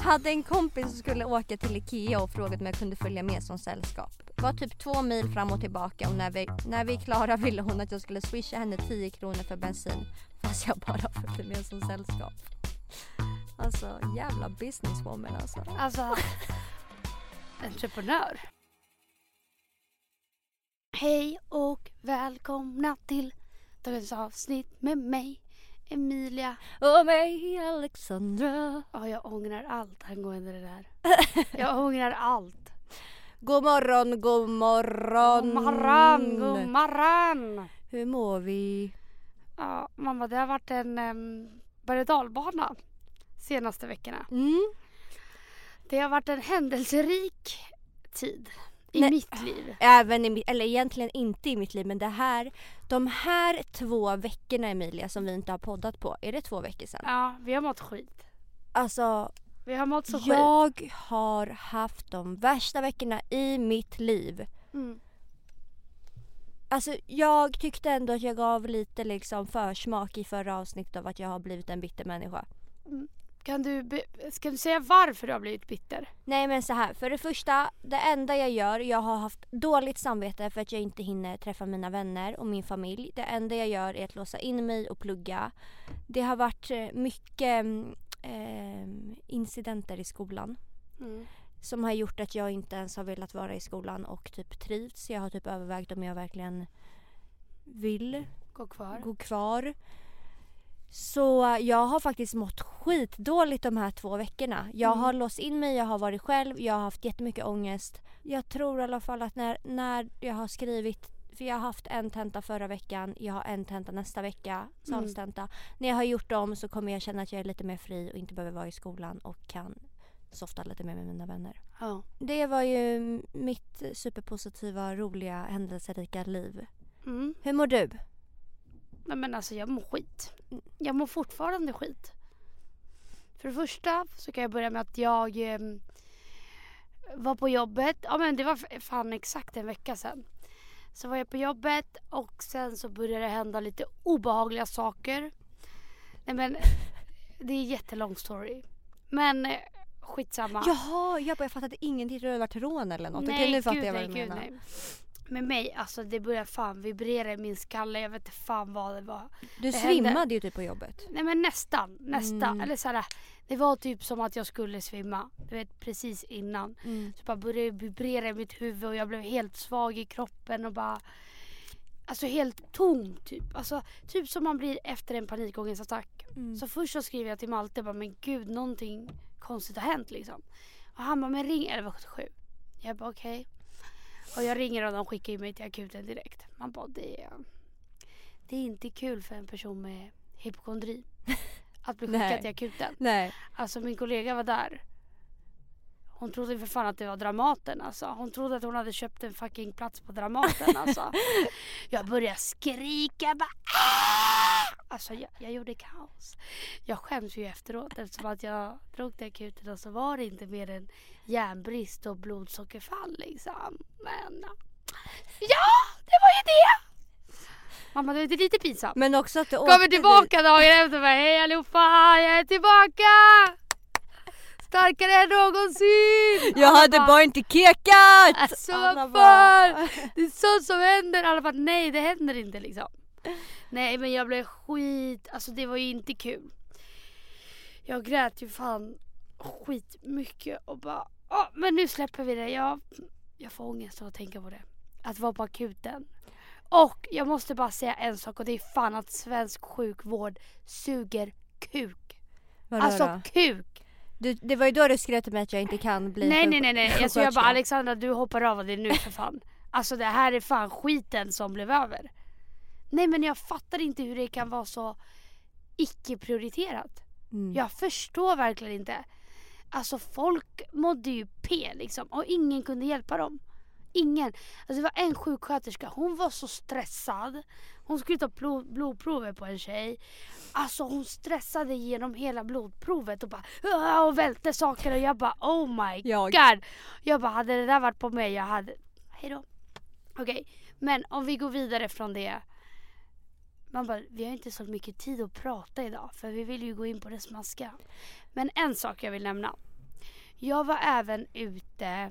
hade en kompis som skulle åka till Ikea och frågade om jag kunde följa med som sällskap. Det var typ 2 mil fram och tillbaka och när vi är klara ville hon att jag skulle swisha henne 10 kronor för bensin. Fast jag bara följde med som sällskap. Alltså, jävla businesswoman alltså. Alltså, entreprenör. Hej och välkomna till dagens avsnitt med mig, Emilia. Och mig, Alexandra. Ja, jag ångrar allt angående det där. Jag ångrar allt. God morgon, god morgon. God morgon, god morgon. Hur mår vi? Ja, mamma, det har varit en berg- och dalbana senaste veckorna. Det har varit en händelserik tid i mitt liv. Även i mitt, eller egentligen inte i mitt liv, men de här 2 veckorna, Emilia, som vi inte har poddat på. Är det 2 veckor sedan? Ja, vi har mått skit. Alltså, vi har mått så skit. Jag har haft de värsta veckorna i mitt liv. Alltså, jag tyckte ändå att jag gav lite liksom försmak i förra avsnittet av att jag har blivit en bitter människa. Ska du säga varför du har blivit bitter? Nej, men så här. För det första, det enda jag har haft dåligt samvete för att jag inte hinner träffa mina vänner och min familj. Det enda jag gör är att låsa in mig och plugga. Det har varit mycket incidenter i skolan. Som har gjort att jag inte ens har velat vara i skolan och typ trivts. Jag har typ övervägt om jag verkligen vill gå kvar. Så jag har faktiskt mått skitdåligt de här 2 veckorna. Jag har låst in mig, jag har varit själv, jag har haft jättemycket ångest. Jag tror i alla fall att när jag har skrivit, för jag har haft en tenta förra veckan, jag har en tenta nästa vecka, salstenta. När jag har gjort dem så kommer jag känna att jag är lite mer fri och inte behöver vara i skolan och kan softa lite mer med mina vänner. Ja. Det var ju mitt superpositiva, roliga, händelserika liv. Hur mår du? Nej, men alltså jag mår skit. Jag mår fortfarande skit. För det första så kan jag börja med att jag var på jobbet. Ja, men det var fan exakt en vecka sedan. Så var jag på jobbet och sen så började det hända lite obehagliga saker. Nej, men det är en jättelång story. Men skitsamma. Jaha, jag fattade ingenting. Det hade varit rån eller något. Nej, okej, nu fattar gud, jag vad nej, du menar. Nej. Med mig, alltså det började fan vibrera i min skalle. Jag vet inte fan vad det var. Du svimmade ju typ på jobbet. Nej, men nästan. Eller såhär, det var typ som att jag skulle svimma. Du vet, precis innan. Så bara började vibrera i mitt huvud och jag blev helt svag i kroppen och bara, alltså helt tom typ. Alltså typ som man blir efter en panikångestattack. Så först så skriver jag till Malte bara, men gud, någonting konstigt har hänt liksom. Och han bara, men ring 1177. Jag bara okej. Och jag ringer och de skickar ju mig till akuten direkt. Man bara, det är inte kul för en person med hypokondri att bli skickad till akuten. Nej. Alltså min kollega var där. Hon trodde för fan att det var Dramaten alltså. Hon trodde att hon hade köpt en fucking plats på Dramaten alltså. Jag började skrika bara, Aah! Alltså jag gjorde kaos. Jag skäms ju efteråt eftersom att jag drog till akuten och så var det inte mer än järnbrist och blodsockerfall liksom. Men ja, det var ju det. Mamma, det var lite pinsamt. Men också att du kommer tillbaka dagen efter och bara, hej allihopa, jag är tillbaka. Starkare än någonsin. Jag hade bara inte kekat. Alltså varför? Det är sånt som händer. Alla bara, nej, det händer inte liksom. Nej, men jag blev skit. Alltså det var ju inte kul. Jag grät ju fan skit mycket och bara, men nu släpper vi det. Jag får ångest av att tänka på det. Att vara på akuten. Och jag måste bara säga en sak, och det är fan att svensk sjukvård suger kuk. Vadå alltså då? Kuk. Det var ju då du skrev till mig att jag inte kan bli Nej. Alltså jag bara, Alexandra, du hoppar av det nu för fan. Alltså det här är fan skiten som blev över. Nej, men jag fattar inte hur det kan vara så icke-prioriterat. Jag förstår verkligen inte. Alltså folk mådde ju liksom. Och ingen kunde hjälpa dem. Ingen. Alltså det var en sjuksköterska. Hon var så stressad. Hon skulle ta blodprover på en tjej. Alltså hon stressade genom hela blodprovet och bara och välte saker, och jag bara oh my god. Jag bara, hade det där varit på mig, jag hade hejdå. Okej, men om vi går vidare från det. Man bara, vi har inte så mycket tid att prata idag, för vi vill ju gå in på det smaskiga. Men en sak jag vill nämna. Jag var även ute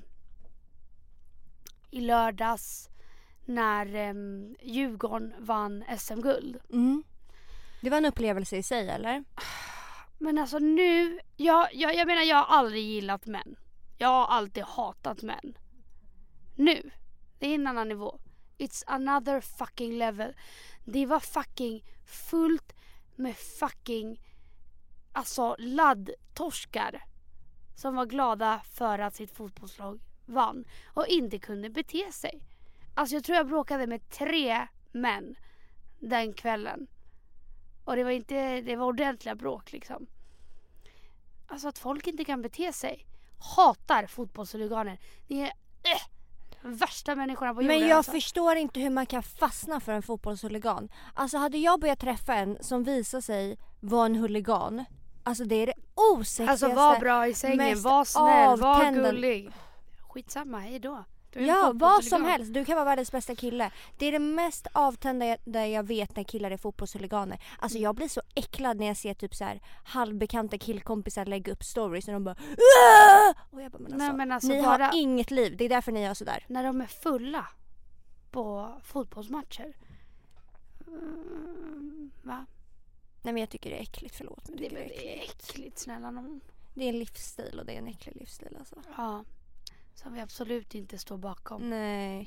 i lördags när Djurgården vann SM-guld. Det var en upplevelse i sig, eller? Men alltså nu, jag menar jag har aldrig gillat män. Jag har alltid hatat män. Nu, det är en annan nivå. It's another fucking level. Det var fucking fullt med fucking alltså laddtorskar som var glada för att sitt fotbollslag vann och inte kunde bete sig. Alltså jag tror jag bråkade med 3 män den kvällen. Och det var ordentliga bråk liksom. Alltså att folk inte kan bete sig. Hatar fotbollshuliganer. Det är värsta människorna på jorden. Men jag alltså. förstår inte hur man kan fastna för en fotbollshuligan. Alltså hade jag börjat träffa en som visar sig vara en huligan. Alltså det är det osexigaste. Alltså var bra i sängen, var snäll, var gullig. Skitsamma, hej då. Ja, vad som helst. Du kan vara världens bästa kille. Det är det mest avtända där jag vet när killar är fotbollshuliganer. Alltså jag blir så äcklad när jag ser typ så här halvbekanta killkompisar lägga upp stories och de bara Aah! Och jag bara, men alltså, ni har inget liv. Det är därför ni gör så där. När de är fulla på fotbollsmatcher. Va? Nej, men jag tycker det är äckligt, förlåt. Men det är äckligt, snälla någon. Det är en livsstil och det är en äcklig livsstil alltså. Ja. Som vi absolut inte står bakom. Nej.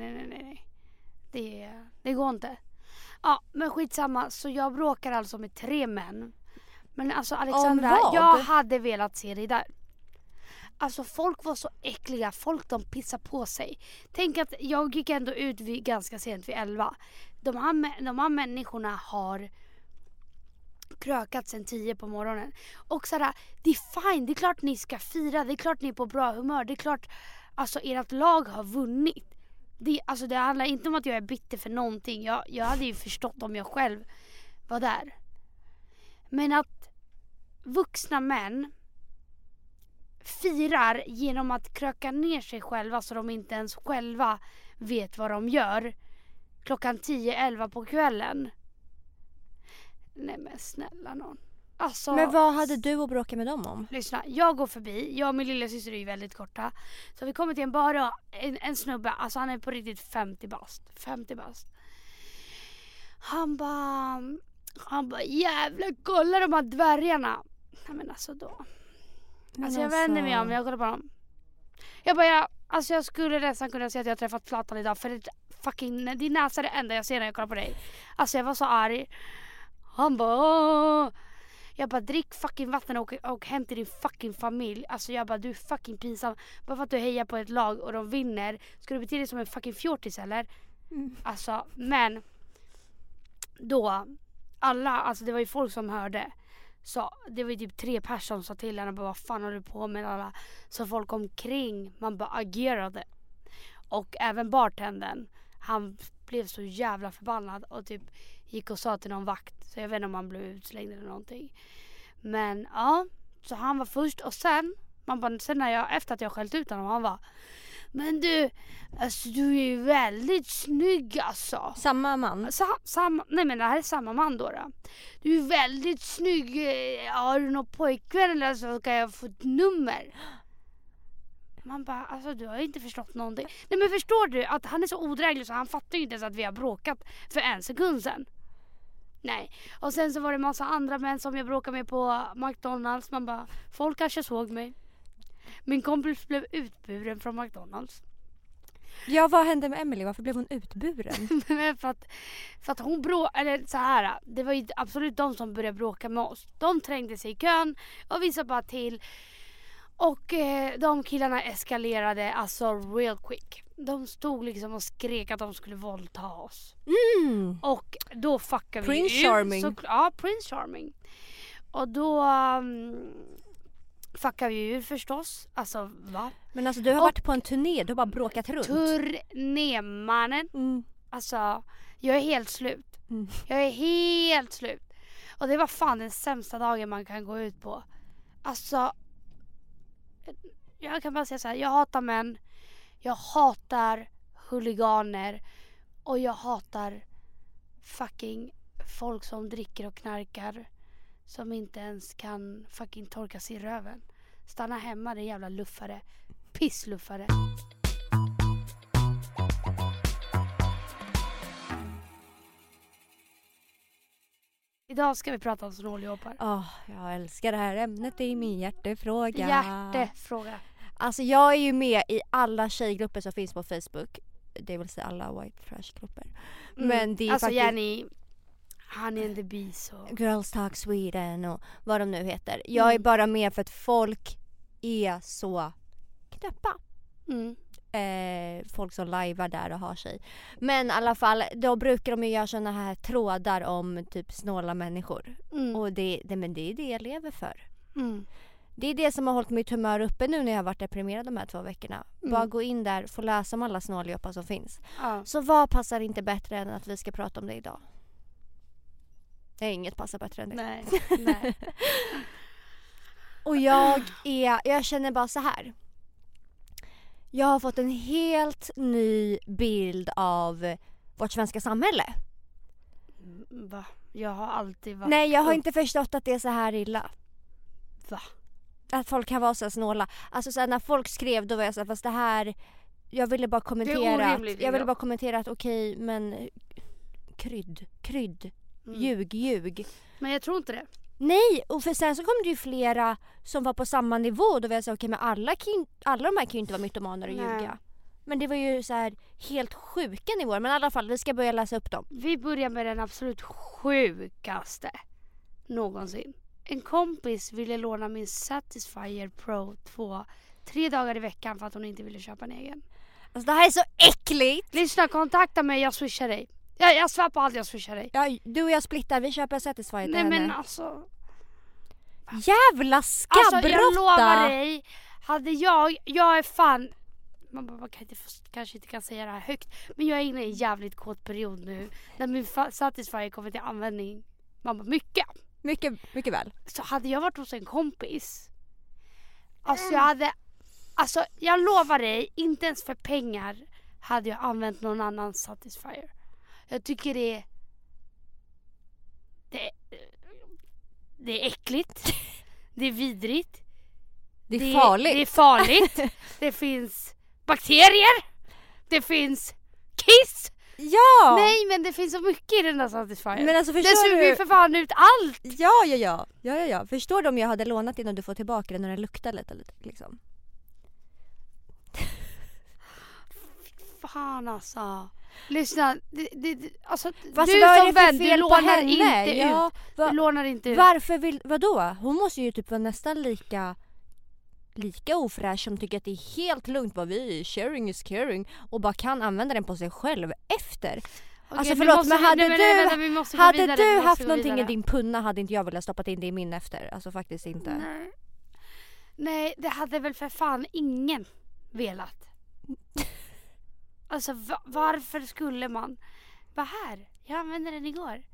Det går inte. Ja, men skitsamma. Så jag bråkar alltså med 3 män. Men alltså Alexandra, jag hade velat se dig där. Alltså folk var så äckliga. Folk de pissar på sig. Tänk att jag gick ändå ut ganska sent vid 11. De här människorna har krökat sen 10 på morgonen. Och sådär, det är fine. Det är klart ni ska fira. Det är klart ni är på bra humör. Det är klart alltså ert lag har vunnit. Det handlar inte om att jag är bitter för någonting. Jag hade ju förstått om jag själv var där. Men att vuxna män firar genom att kröka ner sig själva så de inte ens själva vet vad de gör klockan 10-11 på kvällen. Nej men snälla någon. Alltså, men vad hade du att bråka med dem om? Lyssna, jag går förbi. Jag och min lilla syster är ju väldigt korta. Så vi kommer till en bar och en snubbe. Alltså han är på riktigt 50 bast. Han bara jävla kolla de här dvärgarna. Nej men alltså då. Alltså jag vänder mig om och jag kollar på dem. Jag skulle nästan kunna säga att jag har träffat Platan idag. För din näsa är det enda jag ser när jag kollar på dig. Alltså jag var så arg. Han bara jag bara drick fucking vatten och hem till din fucking familj. Alltså jag bara du är fucking pinsam. Bara för att du hejar på ett lag och de vinner. Ska du bete dig som en fucking fjortis eller? Alltså men då alltså det var ju folk som hörde. Så det var ju typ 3 personer som sa till henne och bara vad fan håller du på med alla. Så folk omkring man bara agerade. Och även bartendern han blev så jävla förbannad och typ gick och sa till någon vakt. Så jag vet inte om han blev utslängd eller någonting. Men ja, så han var först. Och sen efter att jag skällt ut honom, han var men du, alltså du är ju väldigt snygg alltså. Samma man? Nej men det här är samma man då. Du är väldigt snygg. Har du någon pojkvän eller så kan jag få ett nummer. Man bara, alltså du har inte förstått någonting. Nej men förstår du att han är så odräglig så han fattar ju inte ens att vi har bråkat för 1 sekund sedan. Nej. Och sen så var det en massa andra män som jag bråkade med på McDonalds. Man bara, folk kanske såg mig. Min kompis blev utburen från McDonalds. Ja, vad hände med Emily? Varför blev hon utburen? för att hon eller så här, det var ju absolut de som började bråka med oss. De trängde sig i kön och vi sa bara till. Och de killarna eskalerade alltså real quick. De stod liksom och skrek att de skulle våldta oss. Och då fuckade vi Prince Charming. Ja, Prince Charming. Och då fuckade vi ju förstås. Alltså va? Men alltså du har varit på en turné. Du har bara bråkat runt. Turnémannen. Alltså jag är helt slut. Jag är helt slut. Och det var fan den sämsta dagen man kan gå ut på. Alltså jag kan bara säga så här, jag hatar män. Jag hatar huliganer. Och jag hatar fucking folk som dricker och knarkar. Som inte ens kan fucking torka sig i röven. Stanna hemma, det jävla luffare. Pissluffare. Idag ska vi prata om snåljåpar. Jag älskar det här ämnet. Det är min hjärtefråga. Hjärtefråga. Alltså jag är ju med i alla tjejgrupper som finns på Facebook. Det vill säga alla white trash-grupper. Men det är alltså faktiskt... Jenny, Honey and the Bees och... Girls Talk Sweden och vad de nu heter. Jag är bara med för att folk är så knäppa. Folk som livear där och har sig. Men i alla fall, då brukar de ju göra såna här trådar om typ snåla människor. Och det är det jag lever för. Det är det som har hållit mitt humör uppe nu när jag har varit deprimerad de här 2 veckorna. Bara gå in där, få läsa om alla snåljåpar som finns. Så vad passar inte bättre än att vi ska prata om det idag? Inget passar bättre än det. Nej. Och jag känner bara så här. Jag har fått en helt ny bild av vårt svenska samhälle. Va? Jag har alltid varit... Nej, jag har inte förstått att det är så här illa. Va? Att folk kan vara så snåla. Alltså så här, när folk skrev då var jag så här, fast det här... Jag ville bara kommentera att okej, men krydd. Ljug. Men jag tror inte det. Nej, och för sen så kom det ju flera som var på samma nivå. Då var jag så okej, men alla de här kan ju inte vara mytomaner och ljuga. Men det var ju så här helt sjuka nivåer. Men i alla fall, vi ska börja läsa upp dem. Vi börjar med den absolut sjukaste någonsin. En kompis ville låna min Satisfyer Pro 2 3 dagar i veckan för att hon inte ville köpa en egen. Alltså det här är så äckligt! Lyssna, kontakta mig, jag swishar dig. Jag svär på allt, jag swishar dig. Ja, du och jag splittar, vi köper Satisfyer till Nej henne. men alltså... Jävla skabbrotta! Alltså jag lovar dig, hade jag är fan... Man kanske inte kan säga det här högt, men jag är inne i en jävligt kort period nu när min Satisfyer kommer till användning. Mamma, mycket väl. Så hade jag varit hos en kompis, alltså jag lovar dig, inte ens för pengar hade jag använt någon annan Satisfyer. Jag tycker det är äckligt. Det är vidrigt. Det är farligt. Det finns bakterier. Det finns kiss. Ja! Nej, men det finns så mycket i den där Satisfyer. Men alltså, det suger ju för fan ut allt. Ja. Förstår du om jag hade lånat in och du får tillbaka den när den luktar lite liksom. Fan alltså. Lyssna, alltså, fast du som vän, du lånar inte ut. Du lånar inte ut. Vadå? Hon måste ju typ vara nästan lika ofräsch som tycker att det är helt lugnt vad vi är, sharing is caring, och bara kan använda den på sig själv efter. Okej, alltså förlåt, men hade du haft någonting i din punna hade inte jag velat stoppa in det i min efter. Alltså faktiskt inte. Nej, det hade väl för fan ingen velat. Alltså varför skulle man? Vad här? Jag använde den igår.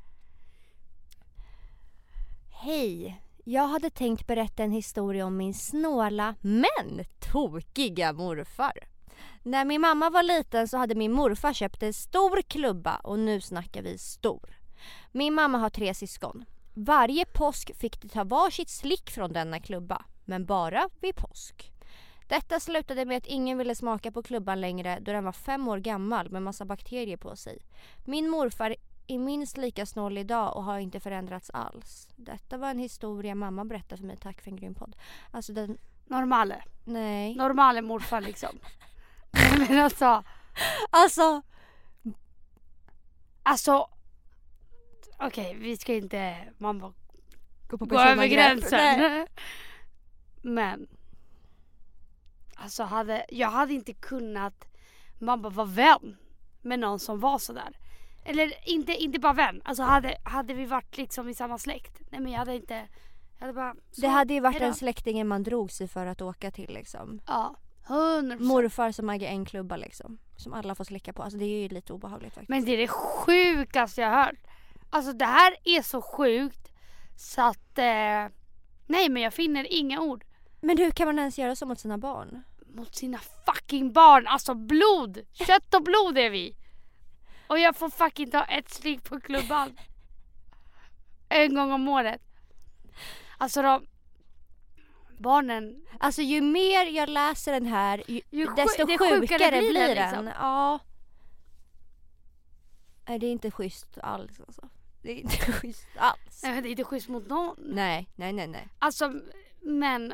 Hej, jag hade tänkt berätta en historia om min snåla men tokiga morfar. När min mamma var liten så hade min morfar köpt en stor klubba, och nu snackar vi stor. Min mamma har 3 syskon. Varje påsk fick de ta varsitt slick från denna klubba, men bara vid påsk. Detta slutade med att ingen ville smaka på klubban längre då den var 5 år gammal med massa bakterier på sig. Min morfar är minst lika snål idag och har inte förändrats alls. Detta var en historia mamma berättade för mig. Tack för en grym podd. Alltså den... Normale. Nej. Normale morfar liksom. Men alltså okej, vi ska inte mamma gå över gränsen. Men alltså jag hade inte kunnat mamma vara vän med någon som var så där. Eller inte bara vän. Alltså hade vi varit liksom i samma släkt. Nej, men jag hade bara så, det hade ju varit en släktingen man drog sig för att åka till liksom. Ja, 100%. Morfar som äger en klubba liksom, som alla får slicka på. Alltså det är ju lite obehagligt faktiskt. Men det är det sjukaste jag har hört. Alltså det här är så sjukt så att nej, men jag finner inga ord. Men hur kan man ens göra så mot sina barn? Mot sina fucking barn. Alltså blod. Kött och blod är vi. Och jag får fucking ta ett slick på klubban. En gång om året. Alltså barnen... Alltså ju mer jag läser den här desto sjukare blir den. Liksom. Ja. Nej, det är inte schysst alls alltså. Det är inte schysst alls. Nej, det är inte schysst mot någon. Nej. Alltså, men...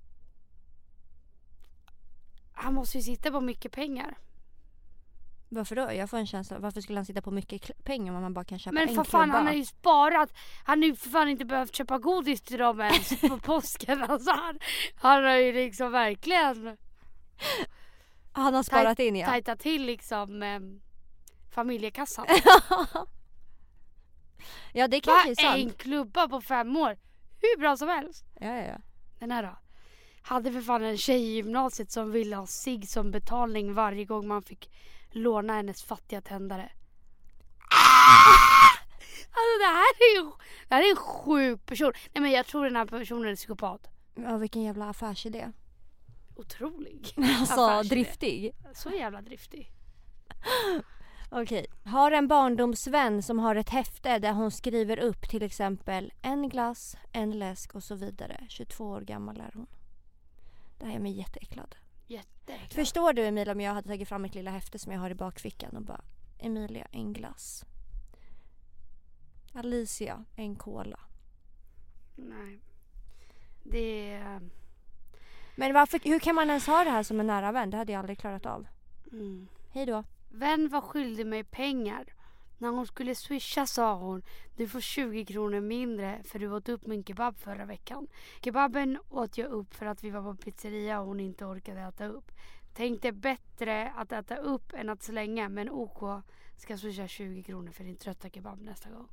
Han måste ju sitta på mycket pengar. Varför då? Jag får en känsla. Varför skulle han sitta på mycket pengar om man bara kan köpa en klubba? Men för fan, han har ju sparat. Han har ju för fan inte behövt köpa godis till dem ens på påsken. Alltså, han har ju liksom verkligen... Han har sparat in, ja. Tajtat till liksom familjekassan. Ja, det kanske är sant. En klubba på 5 år. Hur bra som helst. Ja. Den här då. Hade för fan en tjej i gymnasiet som ville ha sig som betalning varje gång man fick låna hennes fattiga tändare. Alltså det här är en sjuk person. Nej, men jag tror den här personen är psykopat. Ja, vilken jävla affärsidé. Otrolig. Alltså driftig. Så jävla driftig. Okej. Har en barndomsvän som har ett häfte där hon skriver upp till exempel en glass, en läsk och så vidare. 22 år gammal är hon. Det här är mig jätteäcklad. Förstår du, Emilia, om jag hade tagit fram mitt lilla häfte som jag har i bakfickan och bara: Emilia, en glass. Alicia, en cola. Nej. Det är... Men hur kan man ens ha det här som en nära vän? Det hade jag aldrig klarat av. Hej då. Vän var skyldig mig pengar. När hon skulle swisha sa hon: du får 20 kronor mindre för du åt upp min kebab förra veckan. Kebaben åt jag upp för att vi var på pizzeria och hon inte orkade äta upp. Tänkte bättre att äta upp än att slänga, men OK, ska swisha 20 kronor för din trötta kebab nästa gång.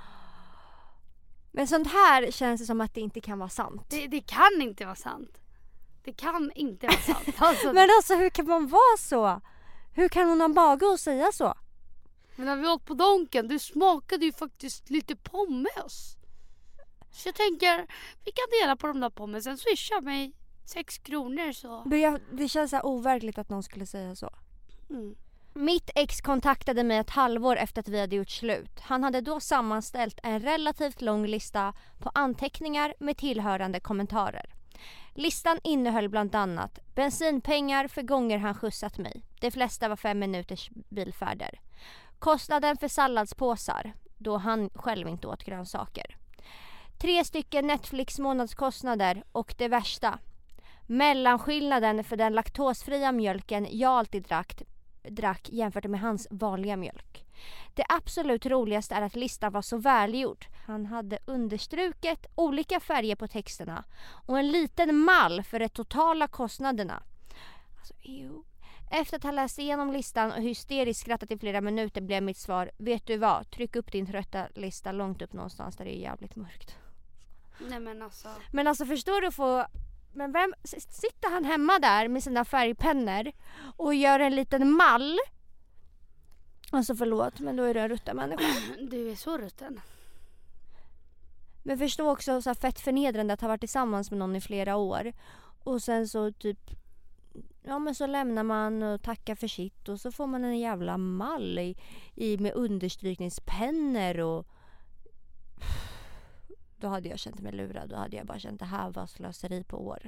Men sånt här känns det som att det inte kan vara sant. Det kan inte vara sant. Det kan inte vara sant. Alltså... Men alltså, hur kan man vara så? Hur kan hon ha mage att säga så? Men när vi åt på Donken, du smakade ju faktiskt lite pommes. Så jag tänker, vi kan dela på de där pommesen. Swisha mig 6 kronor så. Det känns så här overkligt att någon skulle säga så. Mitt ex kontaktade mig ett halvår efter att vi hade gjort slut. Han hade då sammanställt en relativt lång lista på anteckningar med tillhörande kommentarer. Listan innehöll bland annat bensinpengar för gånger han skjutsat mig. De flesta var 5 minuters bilfärder. Kostnaden för salladspåsar, då han själv inte åt grönsaker. 3 stycken Netflix-månadskostnader och det värsta: mellanskillnaden för den laktosfria mjölken jag alltid drack jämfört med hans vanliga mjölk. Det absolut roligaste är att listan var så välgjord. Han hade understruket olika färger på texterna och en liten mall för de totala kostnaderna. Alltså, Efter att ha läst igenom listan och hysteriskt skrattat i flera minuter blev mitt svar: vet du vad? Tryck upp din trötta lista långt upp någonstans där det är jävligt mörkt. Nej, men alltså. Men alltså, förstår du Men vem sitter han hemma där med sina färgpennor och gör en liten mall? Alltså förlåt, men då är du en rutten människa. Du är så rutten. Men förstå också så här fett förnedrande att ha varit tillsammans med någon i flera år. Och sen så typ, ja men så lämnar man och tackar för sitt och så får man en jävla mall med understrykningspennor och... Då hade jag känt mig lurad. Då hade jag bara känt det här var slöseri på år.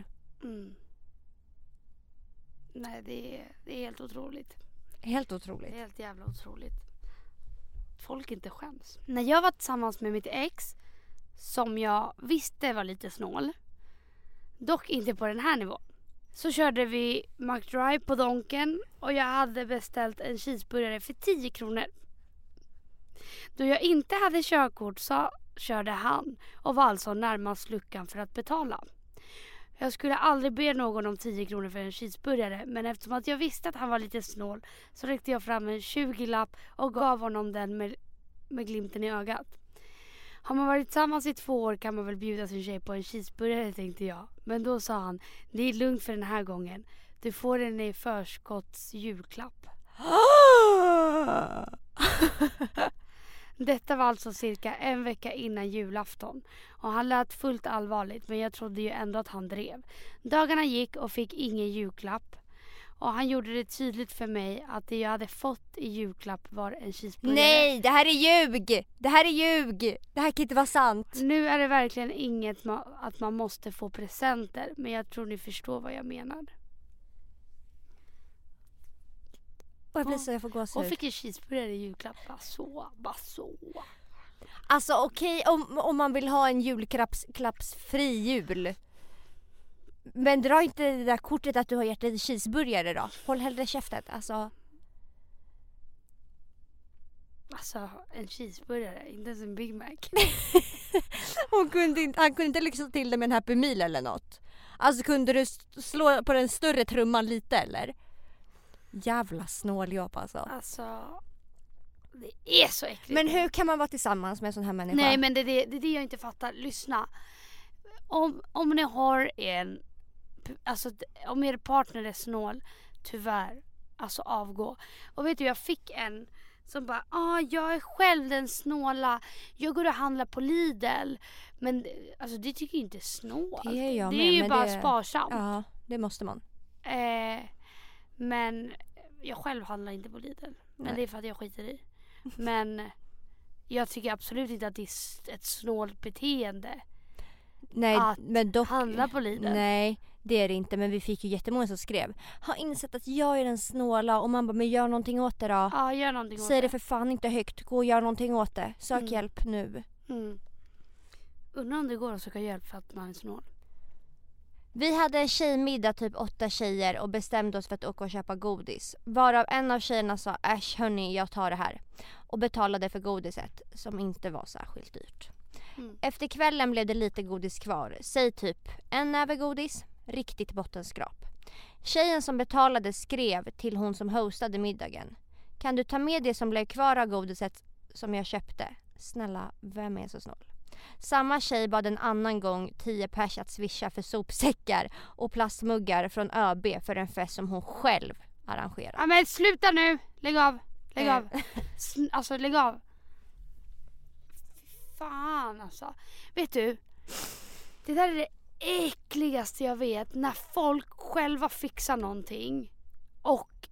Nej, det är helt otroligt. Helt otroligt. Det är helt jävla otroligt. Folk inte skäms. När jag var tillsammans med mitt ex, som jag visste var lite snål, dock inte på den här nivån, så körde vi McDrive på Donken och jag hade beställt en cheeseburgare för 10 kronor. Då jag inte hade körkort så körde han och var alltså närmast luckan för att betala. Jag skulle aldrig be någon om 10 kronor för en cheeseburgare, men eftersom att jag visste att han var lite snål så räckte jag fram en 20-lapp och gav honom den med glimten i ögat. Har man varit tillsammans i 2 år kan man väl bjuda sin tjej på en cheeseburgare, tänkte jag. Men då sa han: det är lugnt för den här gången. Du får den i förskotts julklapp. Detta var alltså cirka en vecka innan julafton och han lät fullt allvarligt, men jag trodde ju ändå att han drev. Dagarna gick och fick ingen julklapp Och han gjorde det tydligt för mig att det jag hade fått i julklapp var en cheeseburgare. Nej, det här är ljug! Det här är ljug! Det här kan inte vara sant. Nu är det verkligen inget att man måste få presenter. Men jag tror ni förstår vad jag menar. Och jag blir så jag får gåshud. Och fick en cheeseburgare i julklapp. Bara så. Alltså okej, om man vill ha en julklappsfri jul. Men dra inte det där kortet att du har gett dig cheeseburgare då. Håll hellre käftet. Alltså en cheeseburgare, inte ens en Big Mac. han kunde inte lyxa till det med en Happy Meal eller något. Alltså kunde du slå på den större trumman lite eller? Jävla snåljobb alltså. Alltså, det är så äckligt. Men hur kan man vara tillsammans med en sån här människa? Nej, men det är det jag inte fattar. Lyssna. Om ni har om er partner är snål, tyvärr, alltså avgå. Och vet du, jag fick en som bara, jag är själv den snåla. Jag går och handlar på Lidl. Men alltså det tycker jag inte är snålt. Det är jag med, ju men bara sparsamt. Ja, det måste man. Men jag själv handlar inte på Lidl. Men det är för att jag skiter i. Men jag tycker absolut inte att det är ett snålt beteende. Nej, att men dock handla på Lidl. Nej, det är det inte. Men vi fick ju jättemånga som skrev. Har insett att jag är den snåla. Och man bara, men gör någonting åt det då. Ja, gör någonting åt det. Säg det för fan inte högt. Gå och gör någonting åt det. Sök hjälp nu. Undrar om det går att söka hjälp för att man är snål. Vi hade en tjejmiddag, typ 8 tjejer, och bestämde oss för att åka och köpa godis. Varav en av tjejerna sa, äsch hörni, jag tar det här. Och betalade för godiset, som inte var särskilt dyrt. Efter kvällen blev det lite godis kvar. Säg typ en näve godis, riktigt bottenskrap. Tjejen som betalade skrev till hon som hostade middagen. Kan du ta med det som blev kvar av godiset som jag köpte? Snälla, vem är så snål? Samma tjej bad en annan gång 10 pers att swisha för sopsäckar och plastmuggar från ÖB för en fest som hon själv arrangerade. Ja, men sluta nu! Lägg av! Alltså lägg av! Fan alltså. Vet du? Det där är det äckligaste jag vet. När folk själva fixar någonting. Och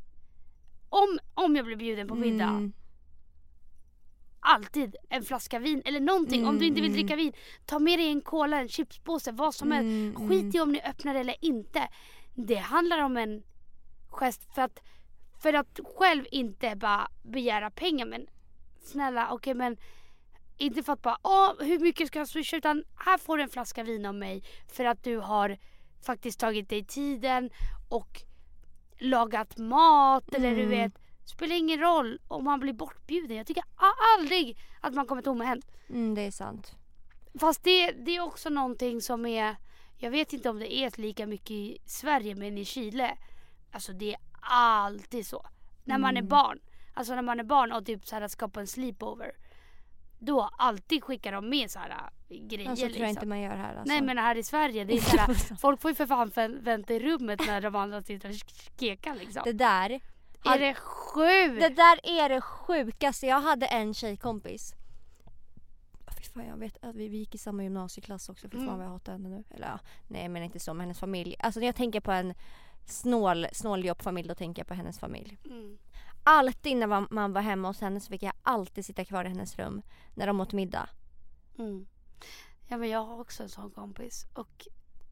om jag blir bjuden på middag. Alltid en flaska vin eller någonting. Om du inte vill dricka vin, ta med dig en cola, en chipspåse, vad som helst. Skit i om ni öppnar det eller inte. Det handlar om en gest för att själv inte bara begära pengar. Men snälla, okej, men inte för att bara, hur mycket ska jag swisha, utan här får du en flaska vin av mig för att du har faktiskt tagit dig tiden och lagat mat eller du vet. Spelar ingen roll om man blir bortbjuden. Jag tycker aldrig att man kommer tomhänt. Det är sant. Fast det är också någonting som är, jag vet inte om det är lika mycket i Sverige, men i Chile, alltså det är alltid så. När man är barn. Alltså när man är barn och typ så här ska på en sleepover. Då alltid skickar de med så här grejer. Alltså tror jag inte man gör här alltså. Nej, men här i Sverige det är så här, folk får ju för fan vänta i rummet när de andra sitter och skekar liksom. Det där är det sjukt? Det där är det sjukaste. Jag hade en tjejkompis. Fan, jag vet att vi gick i samma gymnasieklass också. För fan vad jag hatar henne nu. Eller ja, nej men inte så med hennes familj. Alltså när jag tänker på en snåljobbfamilj, då tänker jag på hennes familj. Alltid när man var hemma hos henne så fick jag alltid sitta kvar i hennes rum när de åt middag. Ja, men jag har också en sån kompis. Och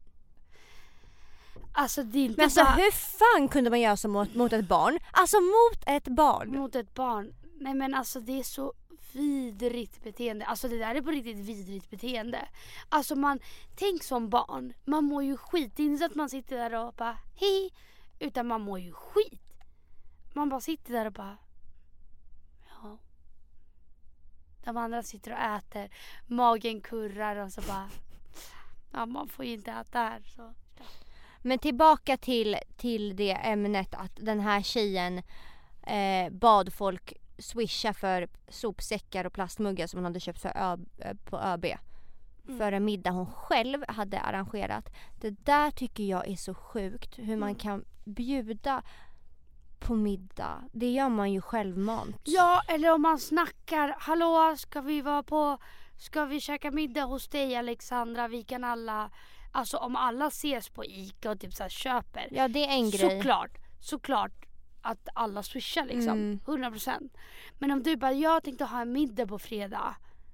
alltså det är inte men alltså hur fan kunde man göra så mot ett barn? Alltså mot ett barn. Mot ett barn. Nej, men alltså det är så vidrigt beteende. Alltså det där är på riktigt vidrigt beteende. Alltså tänk som barn. Man mår ju skit. Det är inte så att man sitter där och bara hej. Utan man mår ju skit. Man bara sitter där och bara ja. De andra sitter och äter. Magen kurrar och så bara ja, man får ju inte äta här så. Men tillbaka till det ämnet att den här tjejen bad folk swisha för sopsäckar och plastmuggar som hon hade köpt på ÖB. För en middag hon själv hade arrangerat. Det där tycker jag är så sjukt. Hur man kan bjuda på middag. Det gör man ju självmant. Ja, eller om man snackar. Hallå, ska vi käka middag hos dig, Alexandra? Vi kan alla Alltså om alla ses på Ica och typ så här köper. Ja, det är en grej. Såklart att alla swishar liksom. 100%. Men om du bara, jag tänkte ha en middag på fredag.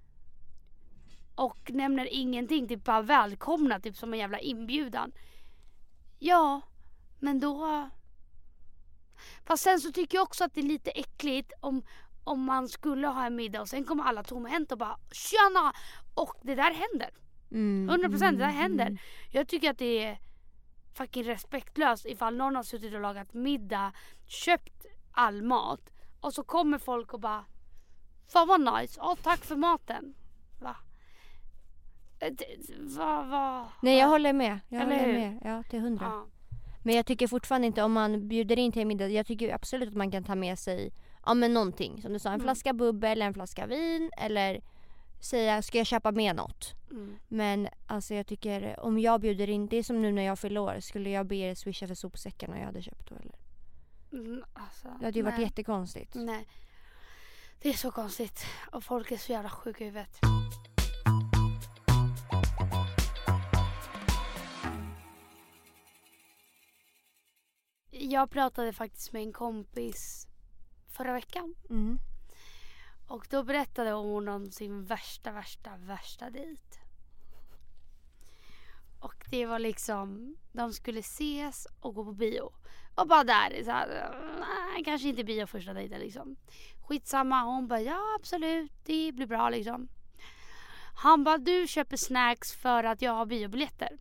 Och nämner ingenting, typ bara välkomna, typ som en jävla inbjudan. Ja, men då... Fast sen så tycker jag också att det är lite äckligt om man skulle ha en middag och sen kommer alla tomhänt och bara tjena! Och det där händer. 100% det där händer. Jag tycker att det är fucking respektlöst ifall någon har suttit och lagat middag, köpt all mat och så kommer folk och bara fan vad nice, tack för maten. Va? Nej, jag håller med. Ja, till 100. Ja. Men jag tycker fortfarande inte, om man bjuder in till en middag, jag tycker absolut att man kan ta med sig men någonting. Som du sa, en flaska bubbel, en flaska vin, eller säga, ska jag köpa med något? Men alltså jag tycker, om jag bjuder in, det är som nu när jag fyller år, skulle jag be er swisha för sopsäckarna jag hade köpt då, eller? Alltså, det hade ju varit jättekonstigt. Nej, det är så konstigt. Och folk är så jävla sjuka i huvudet. Jag pratade faktiskt med en kompis förra veckan. Och då berättade hon om sin värsta dejt. Och det var liksom, de skulle ses och gå på bio. Och bara där, så här, kanske inte bio första dejten liksom. Skitsamma, hon bara, ja absolut, det blir bra liksom. Han bara, du köper snacks för att jag har biobiljetter.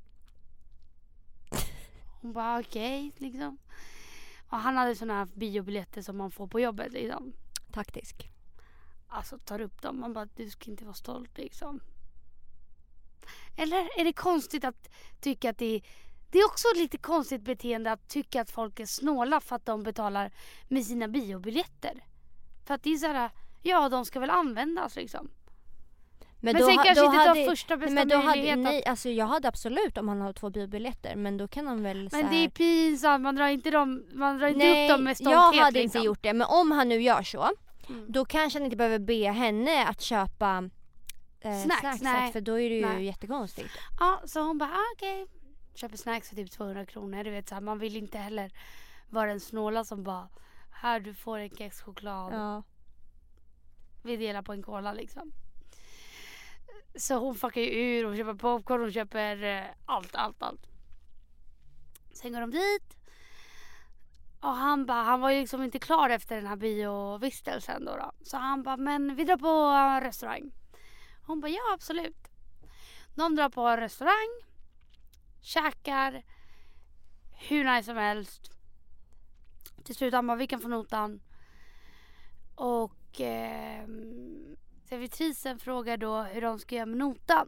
Hon bara, okej, liksom. Och han hade såna här biobiljetter som man får på jobbet liksom. Taktisk. Alltså tar upp dem. Man bara, du ska inte vara stolt liksom. Eller är det konstigt att tycka att det är också lite konstigt beteende att tycka att folk är snåla för att de betalar med sina biobiljetter. För att det är så här, ja de ska väl användas liksom. Men sen kanske inte de första bästa möjligheter. Nej, alltså jag hade absolut om han har 2 biobiljetter, men då kan han väl men det är pinsamt, man drar inte upp dem med stolthet. Jag hade liksom. inte gjort det, men om han nu gör så, då kanske han inte behöver be henne att köpa snacks, för då är det ju jättekonstigt. Ja, så hon bara, okej. Köper snacks för typ 200 kronor, du vet så här, man vill inte heller vara en snåla som bara, här du får en kexchoklad. Ja. Vi delar på en cola liksom. Så hon fuckar ju ur, hon köper popcorn, hon köper allt. Sen går de dit. Och han var ju liksom inte klar efter den här biovistelsen då. Så han bara, men vi drar på restaurang. Hon bara, ja absolut. De drar på restaurang. Käkar. Hur nice som helst. Till slut han bara, vi kan få notan. Och servitrisen frågar då hur de ska göra med notan.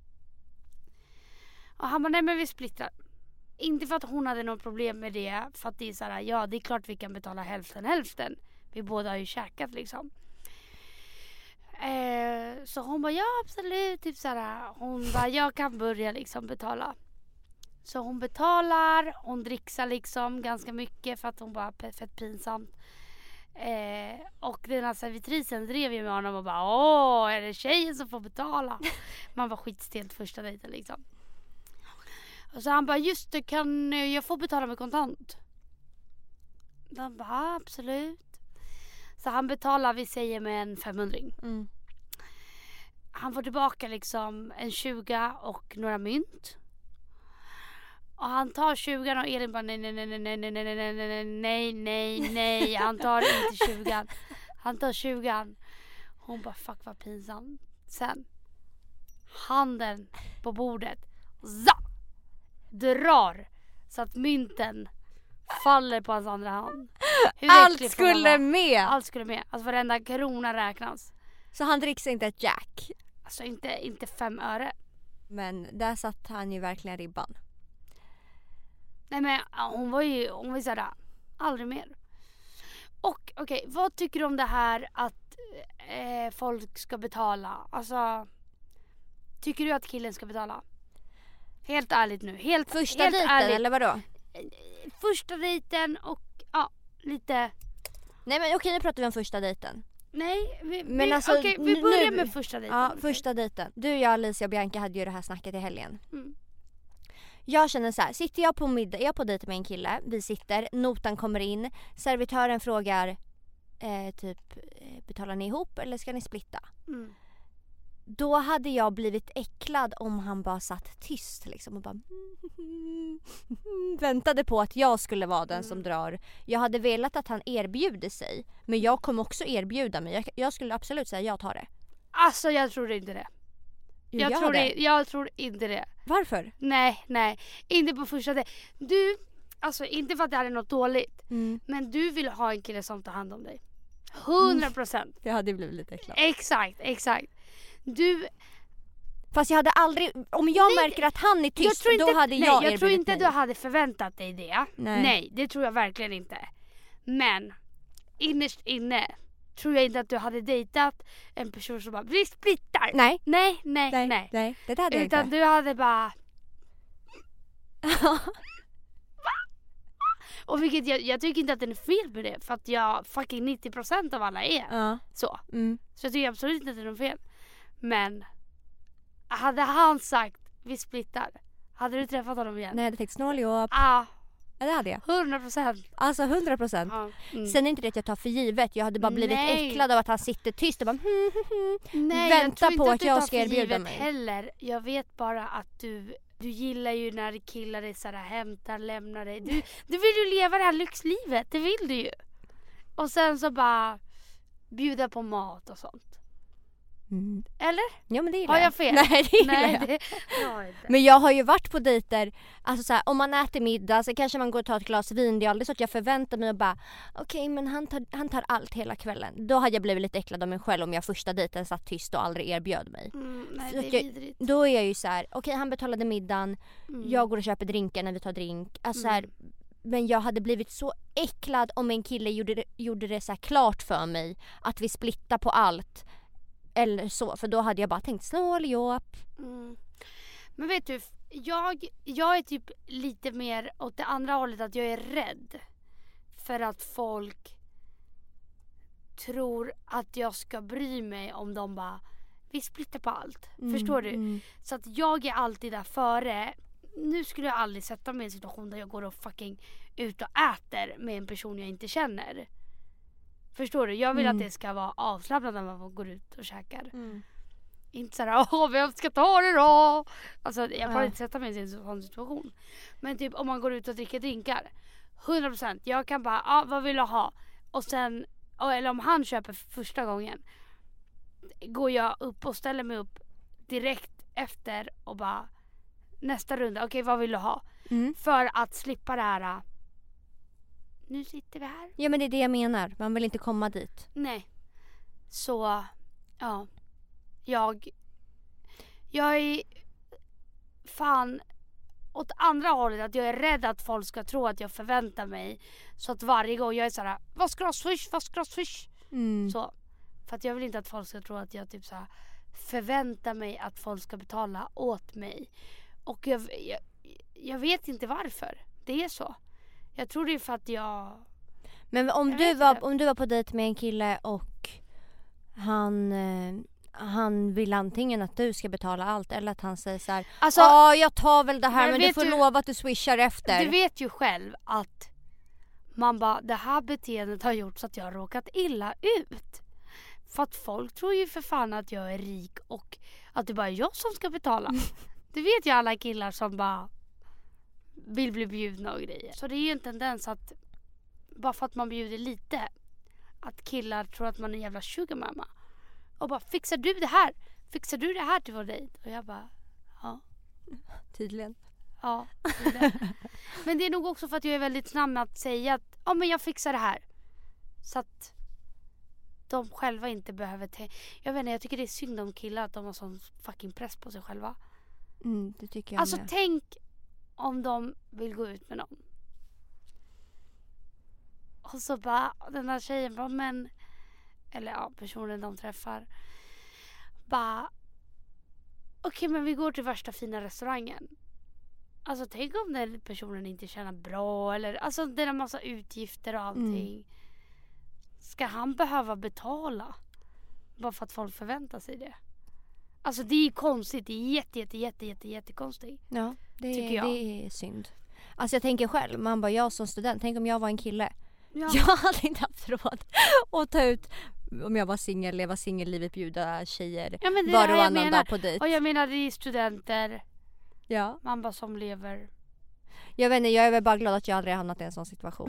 Och han bara, nej men vi splittrar. Inte för att hon hade något problem med det. För att det är så här, ja det är klart vi kan betala hälften. Vi båda har ju käkat liksom. Så hon bara, ja absolut. Typ så här, hon bara, jag kan börja liksom betala. Så hon betalar. Hon dricksar liksom ganska mycket. För att hon bara, fett pinsamt. Och den här servitrisen drev ju med honom och bara, är det tjejen som får betala? Man var skitstelt första dejten liksom. Och så han bara, just det, kan jag få betala med kontant? De bara, absolut. Så han betalar, vi säger med en 500. Han får tillbaka liksom en 20 och några mynt. Och han tar 20 och Elin bara nej. Han tar inte 20. Han tar 20. Hon bara, fuck vad pinsamt. Sen handen på bordet. Drar så att mynten faller på hans andra hand. Allt skulle med. Alltså varenda krona räknas. Så han dricks inte ett jack. Alltså inte 5 öre. Men där satt han ju verkligen ribban. Nej men hon var såhär, aldrig mer. Och okej, vad tycker du om det här att folk ska betala? Alltså, tycker du att killen ska betala? Helt ärligt nu. Första dejten ärligt. Eller vadå? Första dejten och lite. Nej men okej, nu pratar vi om första dejten. Nej, vi börjar med första dejten. Ja, första dejten. Du, jag, Alicia och Bianca hade ju det här snacket i helgen. Jag känner så här, sitter jag på middag, jag är på dejt med en kille, vi sitter, notan kommer in, servitören frågar betalar ni ihop eller ska ni splitta? Då hade jag blivit äcklad om han bara satt tyst liksom och bara väntade på att jag skulle vara den som drar. Jag hade velat att han erbjuder sig, men jag kommer också erbjuda mig. Jag skulle absolut säga jag tar det. Alltså jag tror inte det. Jag tror inte det. Varför? Nej. Inte på första det. Du, alltså inte för att det här är något dåligt. Men du vill ha en kille som tar hand om dig. 100%. Jag hade blivit lite äcklad. Exakt. Du... Fast jag hade aldrig... Om jag märker att han är tyst, då hade jag erbjudit. Jag tror inte du hade förväntat dig det. Nej, det tror jag verkligen inte. Men innerst inne tror jag inte att du hade dejtat en person som bara, vi splittar. Nej. Det hade jag utan inte. Du hade bara... Och vilket jag tycker inte att det är fel med det. För att jag fucking 90% av alla är så. Så jag tycker absolut inte att det är något fel. Men hade han sagt vi splittar, hade du träffat honom igen? Nej, jag hade tänkt snåljåp. Ja, det hade jag. 100%. Alltså 100%. Sen är inte det att jag tar för givet. Jag hade bara blivit äcklad av att han sitter tyst och bara vänta på att jag ska erbjuda mig. Heller. Jag vet bara att du gillar ju när killar är så här, hämtar, lämnar dig. Du vill ju leva det här lyxlivet, det vill du ju. Och sen så bara bjuda på mat och sånt. Eller? Ja, men det gillar jag. Har jag fel? Nej, det gillar jag. Men jag har ju varit på dejter, alltså så här, om man äter middag så kanske man går och tar ett glas vin. Det är aldrig så att jag förväntar mig och bara okej, men han tar allt hela kvällen. Då hade jag blivit lite äcklad av mig själv om jag första dejten satt tyst och aldrig erbjöd mig. Nej, det är vidrigt. Då är jag ju så här, okej, han betalade middagen, jag går och köper drinkar när vi tar drink. Alltså så här, men jag hade blivit så äcklad om en kille gjorde det så här klart för mig att vi splittar på allt. Eller så, för då hade jag bara tänkt snåljåp. Men vet du, jag är typ lite mer åt det andra hållet, att jag är rädd för att folk tror att jag ska bry mig om de bara vi splittar på allt. Förstår du? Så att jag är alltid där före. Nu skulle jag aldrig sätta mig i en situation där jag går och fucking ut och äter med en person jag inte känner. Förstår du? Jag vill att det ska vara avslappnat när man går ut och käkar. Inte såhär, vem ska ta det då? Alltså jag kan inte sätta mig i en sån situation. Men typ om man går ut och dricker drinkar, 100%, jag kan bara, vad vill du ha? Och sen, eller om han köper första gången, går jag upp och ställer mig upp direkt efter och bara, nästa runda, okej, vad vill du ha? För att slippa det här. Nu sitter vi här. Ja, men det är det jag menar. Man vill inte komma dit. Nej. Så, ja. Jag är fan åt andra hållet, att jag är rädd att folk ska tro att jag förväntar mig. Så att varje gång jag är såhär, vad ska du swish? Så. För att jag vill inte att folk ska tro att jag typ såhär förväntar mig att folk ska betala åt mig. Och jag vet inte varför. Det är så. Jag tror det är för att jag... Men om du var på dejt med en kille och han vill antingen att du ska betala allt eller att han säger så här, alltså, jag tar väl det här, men du får lova att du swishar efter. Du vet ju själv att man bara, det här beteendet har gjort så att jag har råkat illa ut. För att folk tror ju för fan att jag är rik och att det bara är jag som ska betala. Det vet ju alla killar som bara vill bli bjudna och grejer. Så det är ju en tendens att bara för att man bjuder lite, att killar tror att man är en jävla sugar mama. Och bara, fixar du det här? Fixar du det här till vår dejt? Och jag bara, ja. Tydligen. Ja, tydligen. Men det är nog också för att jag är väldigt snabb med att säga att men jag fixar det här. Så att de själva inte behöver jag vet inte, jag tycker det är synd om killar att de har sån fucking press på sig själva. Det tycker jag alltså med. Tänk om de vill gå ut med någon. Och så bara, den här tjejen bara, men... Eller ja, personen de träffar. Bara... Okej, men vi går till värsta fina restaurangen. Alltså tänk om den personen inte känner bra. Eller, alltså det är en massa utgifter och allting. Ska han behöva betala? Bara för att folk förväntar sig det. Alltså det är konstigt. Det är jättekonstigt. Ja, det är synd. Alltså jag tänker själv, man bara, jag som student, tänk om jag var en kille. Ja. Jag hade inte haft råd att ta ut, om jag var singel, leva singellivet, bjuda tjejer var och annan dag på dejt. Och jag menar, det är studenter. Ja. Man bara som lever. Jag vet inte, jag är väl bara glad att jag aldrig hamnat i en sån situation.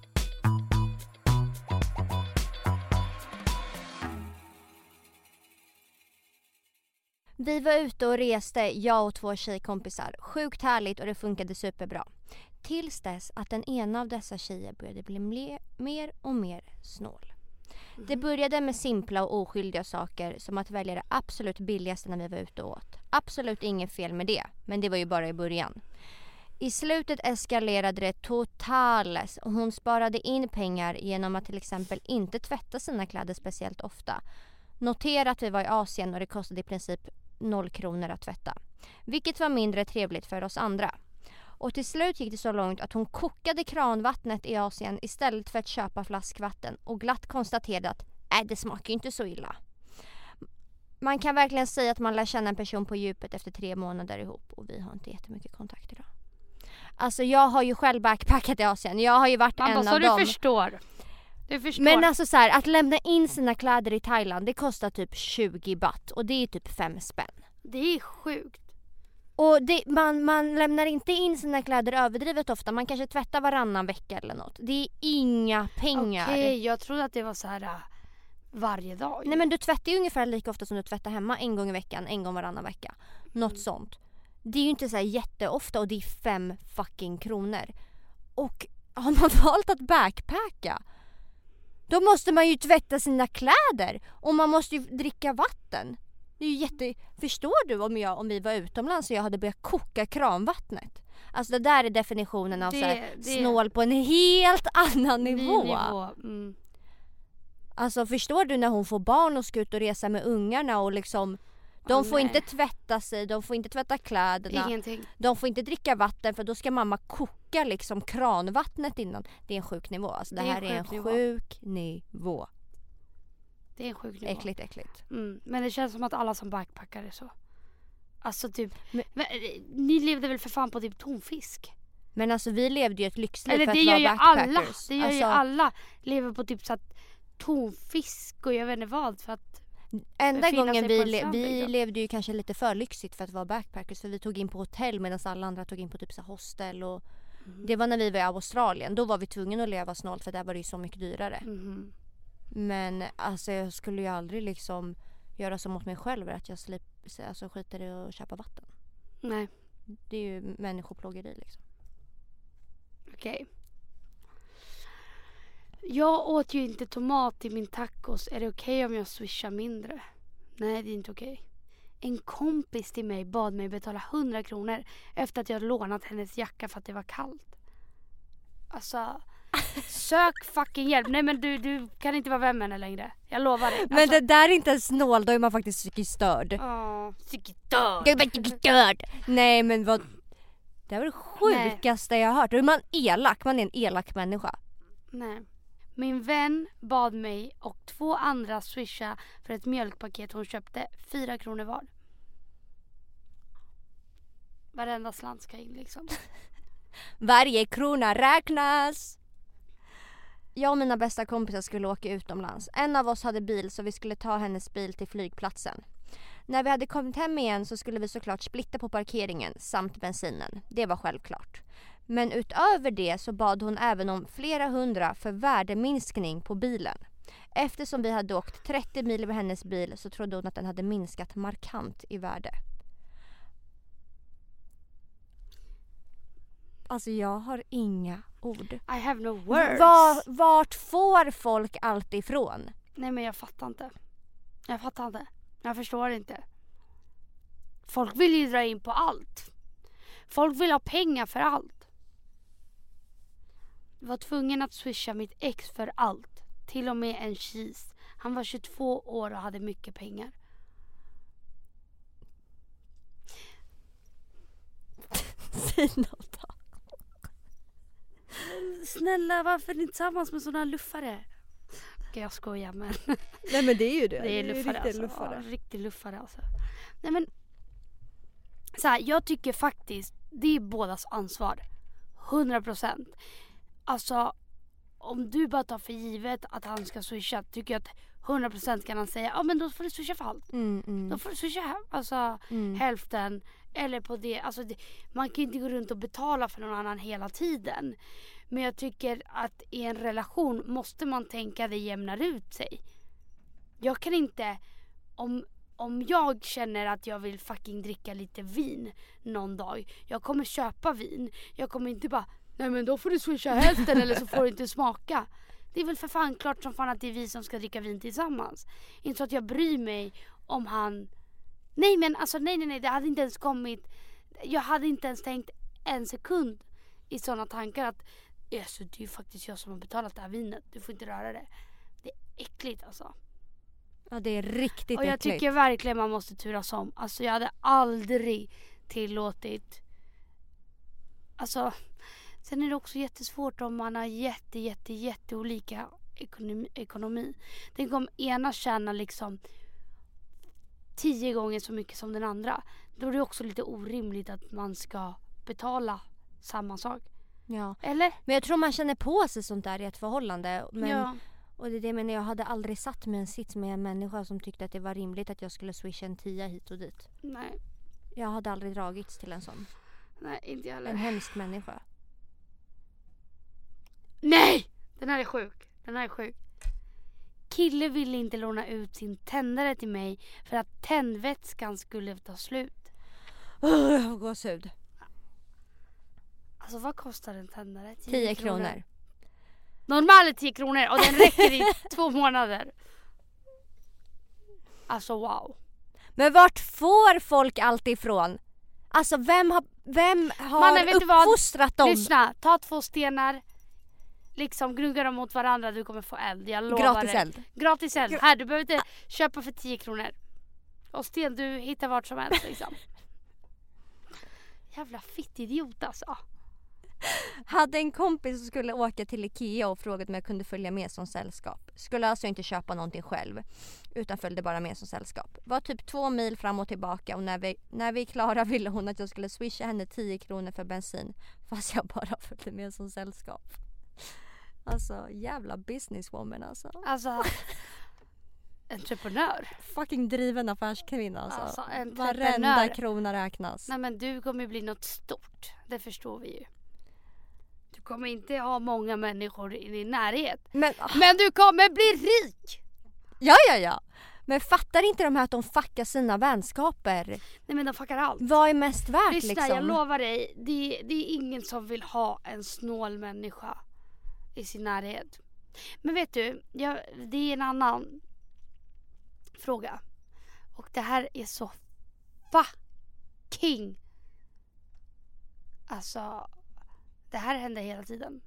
Vi var ute och reste, jag och 2 tjejkompisar. Sjukt härligt och det funkade superbra. Tills dess att den ena av dessa tjejer började bli mer och mer snål. Det började med simpla och oskyldiga saker som att välja det absolut billigaste när vi var ute och åt. Absolut inget fel med det, men det var ju bara i början. I slutet eskalerade det totalt och hon sparade in pengar genom att till exempel inte tvätta sina kläder speciellt ofta. Notera att vi var i Asien och det kostade i princip 0 kronor att tvätta. Vilket var mindre trevligt för oss andra. Och till slut gick det så långt att hon kokade kranvattnet i Asien istället för att köpa flaskvatten och glatt konstaterade att det smakar inte så illa. Man kan verkligen säga att man lär känna en person på djupet efter 3 månader ihop och vi har inte jättemycket kontakt idag. Alltså jag har ju själv backpackat i Asien. Jag har ju varit en av dem. Du förstår. Men alltså så här, att lämna in sina kläder i Thailand, det kostar typ 20 baht och det är typ 5 spänn. Det är sjukt. Och man lämnar inte in sina kläder överdrivet ofta. Man kanske tvättar varannan vecka eller något. Det är inga pengar. Okej, jag trodde att det var så här varje dag. Nej, men du tvättar ju ungefär lika ofta som du tvättar hemma. 1 gång i veckan, 1 gång varannan vecka. Något sånt. Det är ju inte så här jätteofta och det är 5 fucking kronor. Och har man valt att backpacka, då måste man ju tvätta sina kläder. Och man måste ju dricka vatten. Det är ju Förstår du om vi var utomlands och jag hade börjat koka kranvattnet? Alltså det där är definitionen av snål på en helt annan nivå. Alltså förstår du när hon får barn och ska ut och resa med ungarna och liksom de får inte tvätta sig, de får inte tvätta kläderna. Ingenting. De får inte dricka vatten för då ska mamma koka liksom kranvattnet innan. Det är en sjuk nivå. Alltså det här är en sjuk nivå. Det är en sjuk nivå. Äckligt. Men det känns som att alla som backpackar är så. Alltså typ, ni levde väl för fan på typ tonfisk? Men alltså vi levde ju ett lyxliv eller för det att gör vara ju backpackers. Det gör ju alla. Lever på typ så att tonfisk och jag vet inte vad för att enda gången vi levde ju kanske lite för lyxigt för att vara backpackers. För vi tog in på hotell medan alla andra tog in på typ så hostel. Och det var när vi var i Australien. Då var vi tvungna att leva snålt för där var det ju så mycket dyrare. Men alltså jag skulle ju aldrig liksom göra så mot mig själv att jag skiter i att köpa vatten. Nej. Det är ju människoplågeri liksom. Okej. Jag åt ju inte tomat i min tacos. Är det okej om jag swishar mindre? Nej, det är inte okej. En kompis till mig bad mig betala 100 kronor efter att jag lånat hennes jacka för att det var kallt. Alltså, sök fucking hjälp. Nej men du kan inte vara vän med henne längre. Jag lovar dig. Alltså, men det där är inte en snål, då är man faktiskt psykiskt störd. Psykiskt störd. Nej men vad... Det var det sjukaste jag har hört. Då är man elak, man är en elak människa. Nej. Min vän bad mig och 2 andra swisha för ett mjölkpaket hon köpte 4 kronor var. Varenda slant ska in liksom. Varje krona räknas. Jag och mina bästa kompisar skulle åka utomlands. En av oss hade bil så vi skulle ta hennes bil till flygplatsen. När vi hade kommit hem igen så skulle vi såklart splitta på parkeringen samt bensinen. Det var självklart. Men utöver det så bad hon även om flera 100 för värdeminskning på bilen. Eftersom vi hade åkt 30 mil med hennes bil så trodde hon att den hade minskat markant i värde. Alltså jag har inga ord. I have no words. Vart får folk allt ifrån? Nej men jag fattar inte. Jag förstår inte. Folk vill ju dra in på allt. Folk vill ha pengar för allt. Jag var tvungen att swisha mitt ex för allt. Till och med en cheese. Han var 22 år och hade mycket pengar. Säg något då. Snälla, varför är ni tillsammans med sådana luffare? Okej, jag skojar men... Nej men det är ju det. Det är luffare, riktigt alltså. luffare. Ja, riktigt luffare alltså. Nej men så här, jag tycker faktiskt det är bådas ansvar. 100%. Alltså om du bara tar för givet att han ska swisha, tycker jag att 100% kan han säga, ja men då får du swisha för allt. Då får du swisha hälften eller på det. Alltså man kan inte gå runt och betala för någon annan hela tiden. Men jag tycker att i en relation måste man tänka det jämnar ut sig. Jag kan inte, om jag känner att jag vill fucking dricka lite vin någon dag, jag kommer köpa vin. Jag kommer inte bara, nej men då får du swisha hälften eller så får du inte smaka. Det är väl för fan klart som fan att det är vi som ska dricka vin tillsammans. Inte så att jag bryr mig om han... Nej men alltså nej, det hade inte ens kommit... Jag hade inte ens tänkt en sekund i sådana tankar att alltså, det är ju faktiskt jag som har betalat det här vinet. Du får inte röra det. Det är äckligt alltså. Ja, det är riktigt äckligt. Och jag tycker verkligen man måste turas om. Alltså jag hade aldrig tillåtit... Alltså... Sen är det också jättesvårt om man har jätte olika ekonomi. Tänk om ena tjänar liksom 10 gånger så mycket som den andra. Då är det också lite orimligt att man ska betala samma sak. Ja. Eller? Men jag tror man känner på sig sånt där i ett förhållande. Men, och det är det, men jag hade aldrig satt mig en sits med en människa som tyckte att det var rimligt att jag skulle swisha en 10 hit och dit. Nej. Jag hade aldrig dragits till en sån. Nej, inte jag heller. En hemsk människa. Nej! Den här är sjuk. Kille ville inte låna ut sin tändare till mig för att tändvätskan skulle ta slut. Jag får gåshud. Alltså vad kostar en tändare? 10 kronor. Normalt är 10 kronor och den räcker i 2 månader. Alltså wow. Men vart får folk allt ifrån? Alltså vem har Mannen, uppfostrat dem? Lyssna, ta 2 stenar. Liksom gnugga dem mot varandra, du kommer få eld. Jag lovar Gratis det. eld. Gratis eld. Här, du behöver inte köpa för 10 kronor. Och sten, du hittar vart som helst liksom. Jävla fittidiot alltså. Hade en kompis som skulle åka till Ikea och frågade om jag kunde följa med som sällskap. Skulle alltså inte köpa någonting själv, utan följde bara med som sällskap. Var typ 2 mil fram och tillbaka och när vi är klara ville hon att jag skulle swisha henne 10 kronor för bensin. Fast jag bara följde med som sällskap. Alltså jävla businesswoman alltså. Alltså entreprenör. Fucking driven affärskvinna alltså. Entreprenör. Varenda krona räknas. Nej men du kommer bli något stort. Det förstår vi ju. Du kommer inte ha många människor i din närhet. Men du kommer bli rik. Ja. Men fattar inte de här att de fuckar sina vänskaper? Nej men de fuckar allt. Vad är mest värt Lyssna, liksom? Jag lovar dig. Det är ingen som vill ha en snål människa i sin närhet. Men vet du, det är en annan fråga. Och det här är så fucking... Alltså, det här händer hela tiden.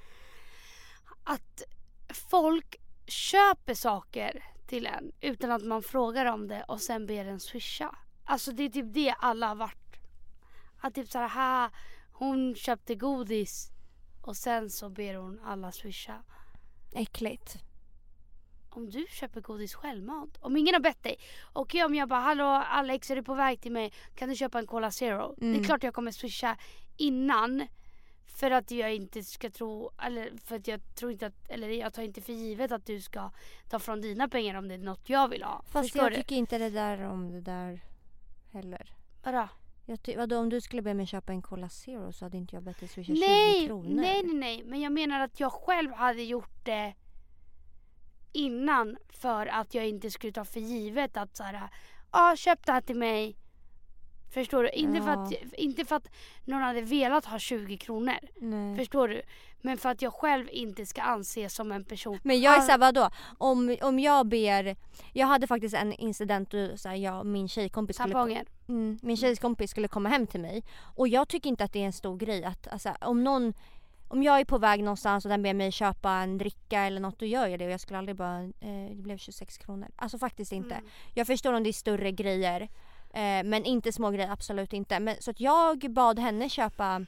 Att folk köper saker till en utan att man frågar om det och sen ber en swisha. Alltså det är typ det alla har varit. Att typ såhär, hon köpte godis och sen så ber hon alla swisha. Äckligt. Om du köper godis självmant, om ingen har bett dig. Okej, om jag bara, hallå Alex, är du på väg till mig? Kan du köpa en Cola Zero? Det är klart jag kommer swisha innan. För att jag inte ska tro, eller för att jag tror inte att, eller jag tar inte för givet att du ska ta från dina pengar om det är något jag vill ha. Fast jag tycker inte det där om det där heller. Vadå? Vadå, om du skulle be mig köpa en Cola Zero så hade inte jag bett dig swisha 20 kronor. Nej. Men jag menar att jag själv hade gjort det innan för att jag inte skulle ta för givet att såhär, köp det här till mig. Förstår du? Inte för att någon hade velat ha 20 kronor. Nej. Förstår du? Men för att jag själv inte ska anses som en person. Men jag är såhär, vadå? Om jag ber... Jag hade faktiskt en incident då min tjejkompis Tamponger. Min tjejkompis skulle komma hem till mig. Och jag tycker inte att det är en stor grej att alltså, om jag är på väg någonstans och den ber mig köpa en dricka eller något, då gör jag det. Och jag skulle aldrig bara... det blev 26 kronor. Alltså faktiskt inte. Jag förstår om det är större grejer. Men inte små grejer, absolut inte. Men, så att jag bad henne köpa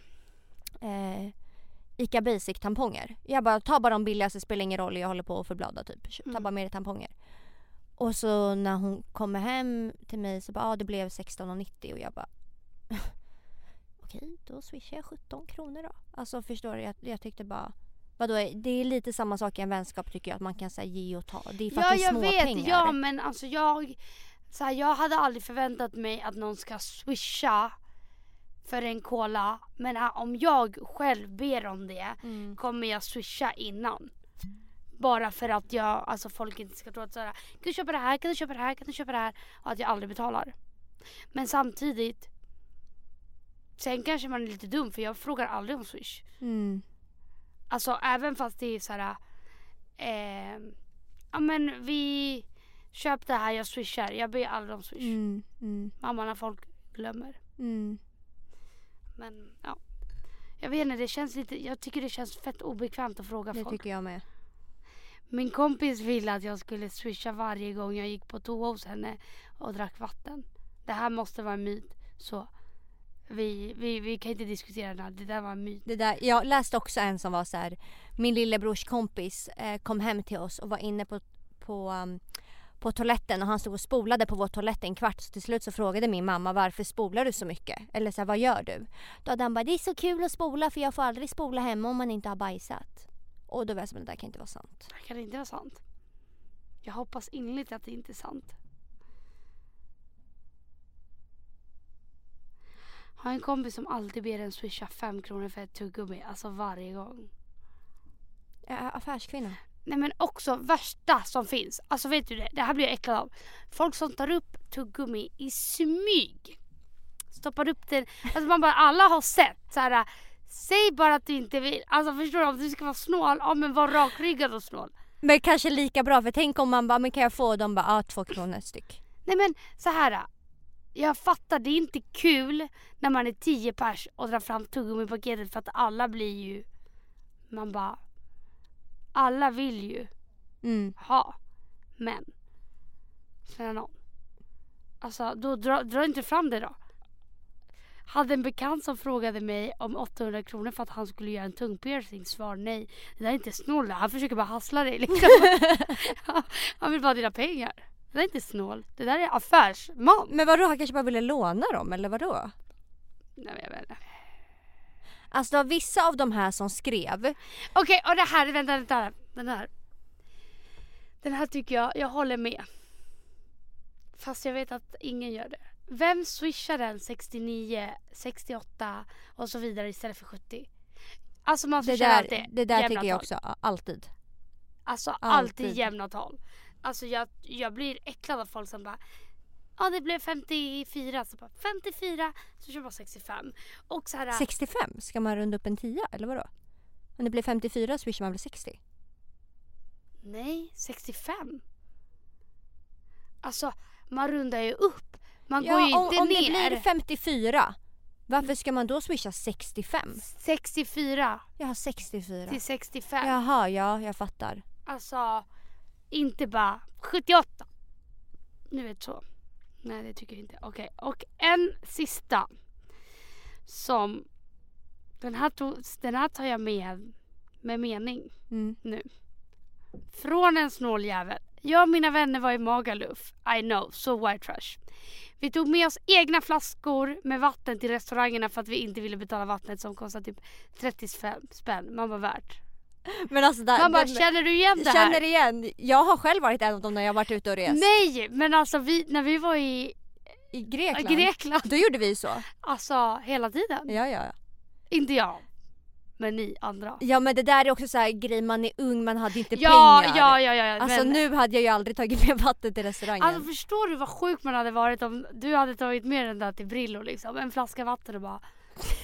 Ica Basic tamponger. Jag bara, ta bara de billigaste, spelar ingen roll, jag håller på att förblada typ. Ta bara mer tamponger. Och så när hon kommer hem till mig så bara, det blev 16,90 och jag bara okej, då swishar jag 17 kronor då. Alltså förstår du, jag tyckte bara vadå, det är lite samma sak i en vänskap tycker jag, att man kan säga ge och ta. Det är faktiskt små pengar. Ja, jag vet. Ja, men alltså jag hade aldrig förväntat mig att någon ska swisha för en cola. Men om jag själv ber om det kommer jag swisha innan. Bara för att alltså folk inte ska tro att såhär, kan du köpa det här, kan du köpa det här, kan du köpa det här. Och att jag aldrig betalar. Men samtidigt, sen kanske man är lite dum för jag frågar aldrig om swish. Alltså även fast det är såhär, ja men vi köpte det här, jag swishar. Jag ber aldrig om swish. Mamma, när folk glömmer. Men ja, jag vet inte, det känns lite, jag tycker det känns fett obekvämt att fråga folk. Det tycker jag med. Min kompis ville att jag skulle swisha varje gång jag gick på toa hos henne och drack vatten. Det här måste vara en myt. Så vi kan inte diskutera det här. Det där var en myt. Jag läste också en som var så här: min lillebrors kompis kom hem till oss och var inne på toaletten och han stod och spolade på vår toalett en kvart. Så till slut så frågade min mamma, varför spolar du så mycket? Eller så här, vad gör du? Då hade han bara, det är så kul att spola för jag får aldrig spola hemma om man inte har bajsat. Och då var jag som, det där kan inte vara sant. Det kan inte vara sant. Jag hoppas innerligt att det inte är sant. Har en kompis som alltid ber en swisha 5 kronor för ett tuggummi. Alltså varje gång. Affärskvinna. Nej men också värsta som finns. Alltså vet du det? Det här blir jag äcklad av. Folk som tar upp tuggummi i smyg. Stoppar upp den. Alltså man bara, alla har sett. Så här, säg bara att du inte vill. Alltså förstår du, om du ska vara snål. Ja men var rakryggad och snål. Men kanske lika bra. För tänk om man bara, men kan jag få dem bara 2 kronor styck. Nej men så här. Jag fattar, det är inte kul när man är 10 pers och drar fram tuggummi-paketet för att alla blir ju, man bara, alla vill ju ha, men snälla någon, alltså då dra inte fram det då. Hade en bekant som frågade mig om 800 kronor för att han skulle göra en tungpiercing, svar nej. Det där är inte snål, han försöker bara hassla dig liksom. Han vill bara dina pengar. Det är inte snål. Det där är affärsman. Men vadå? Han kanske bara ville låna dem, eller vadå? Nej, jag vet inte. Alltså vissa av de här som skrev. Okej, och det här, vänta. Den här tycker jag håller med. Fast jag vet att ingen gör det. Vem swishar den 69, 68 och så vidare istället för 70? Alltså man swishar alltid. Det där tycker jag också, alltid. Alltså alltid jämna tal. Alltså jag blir äcklad av folk som bara, ja det blev 54, så bara 54, så kör man 65. Och så här, 65? Ska man runda upp en 10 eller vadå? Om det blir 54 så swishar man väl 60? Nej, 65. Alltså man rundar ju upp. Man går ju inte ner. Om det blir 54, varför ska man då swisha 65? 64. Jag har 64. Till 65. Jaha, ja, jag fattar. Alltså inte bara 78. Nu vet så. Nej, det tycker jag inte. Okej. Och en sista. Som den här tar jag med mening nu. Från en snåljävel. Jag och mina vänner var i Magaluf. I know, so white trash. Vi tog med oss egna flaskor med vatten till restaurangerna för att vi inte ville betala vattnet som kostar typ 35 spänn. Man var värt. Men alltså man bara, känner du igen det här? Känner igen. Jag har själv varit en av dem när jag varit ute och rest. Nej, men alltså när vi var i Grekland. Då gjorde vi så. Alltså hela tiden. Ja. Inte jag. Men ni andra. Ja, men det där är också så här grej, man är ung, man hade inte pengar. Ja. Alltså men nu hade jag ju aldrig tagit med vatten till restaurangen. Alltså förstår du vad sjuk man hade varit om du hade tagit med den där till Brillo liksom. En flaska vatten och bara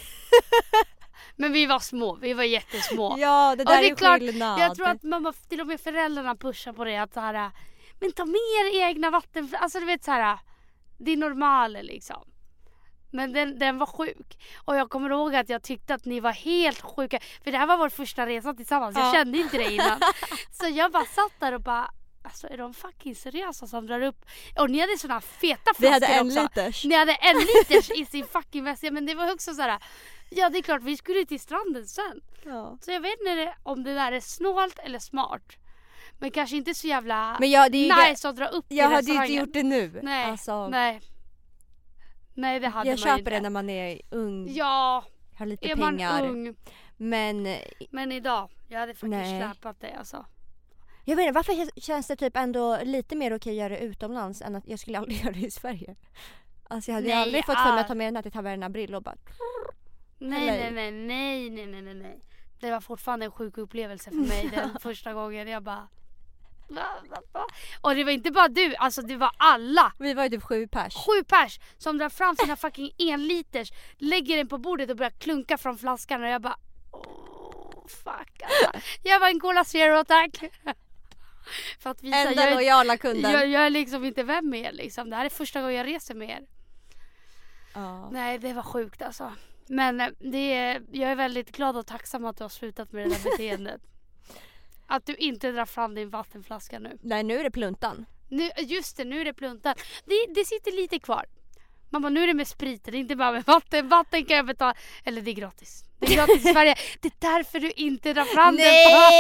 Men vi var små, vi var jättesmå. Ja, det där är klart, skillnad. Jag tror att mamma, till och med föräldrarna pushar på det att så här, men ta med er egna vatten. Alltså du vet så här, det är normalt liksom. Men den var sjuk. Och jag kommer ihåg att jag tyckte att ni var helt sjuka. För det här var vår första resa tillsammans. Jag kände inte det innan. Så jag bara satt där och bara, alltså är de fucking seriösa som drar upp. Och ni hade såna feta flaskor. Vi hade 1 också. liters. Ni hade 1 liters i sin fucking väska. Men det var också så här. Ja, det är klart, vi skulle till stranden sen. Ja. Så jag vet inte om det där är snålt eller smart. Men kanske inte så jävla men jag, det är nice att dra upp i jag restaurangen. hade inte gjort det nu. Nej, alltså, nej, det hade man ju inte. Jag köper det när man är ung. Ja, har lite är pengar. man ung. Men idag, jag hade faktiskt släpat det alltså. Jag vet inte, varför känns det typ ändå lite mer okej att göra det utomlands än att jag skulle aldrig göra det i Sverige. Alltså jag hade aldrig fått för mig att ta med den här till Taverna Brill och bara... Nej. Det var fortfarande en sjuk upplevelse för mig den första gången. Jag bara... Och det var inte bara du, alltså det var alla. Vi var ju typ 7 pers. 7 pers som drar fram sina fucking 1 liters, lägger den på bordet och börjar klunka från flaskan. Och jag bara... fuck alltså. Jag var en Cola Zero, tack. För att visa, enda lojala kunden. Jag är liksom inte vän med er liksom. Det här är första gången jag reser med er. Nej, det var sjukt alltså. Men jag är väldigt glad och tacksam att du har slutat med det där beteendet. Att du inte drar fram din vattenflaska nu. Nej, nu är det pluntan. Just det, nu är det pluntan. Det sitter lite kvar. Mamma, nu är det med spriten, det är inte bara med vatten. Vatten kan jag betala. Eller det är gratis. Det är gratis i Sverige. Det är därför du inte drar fram den.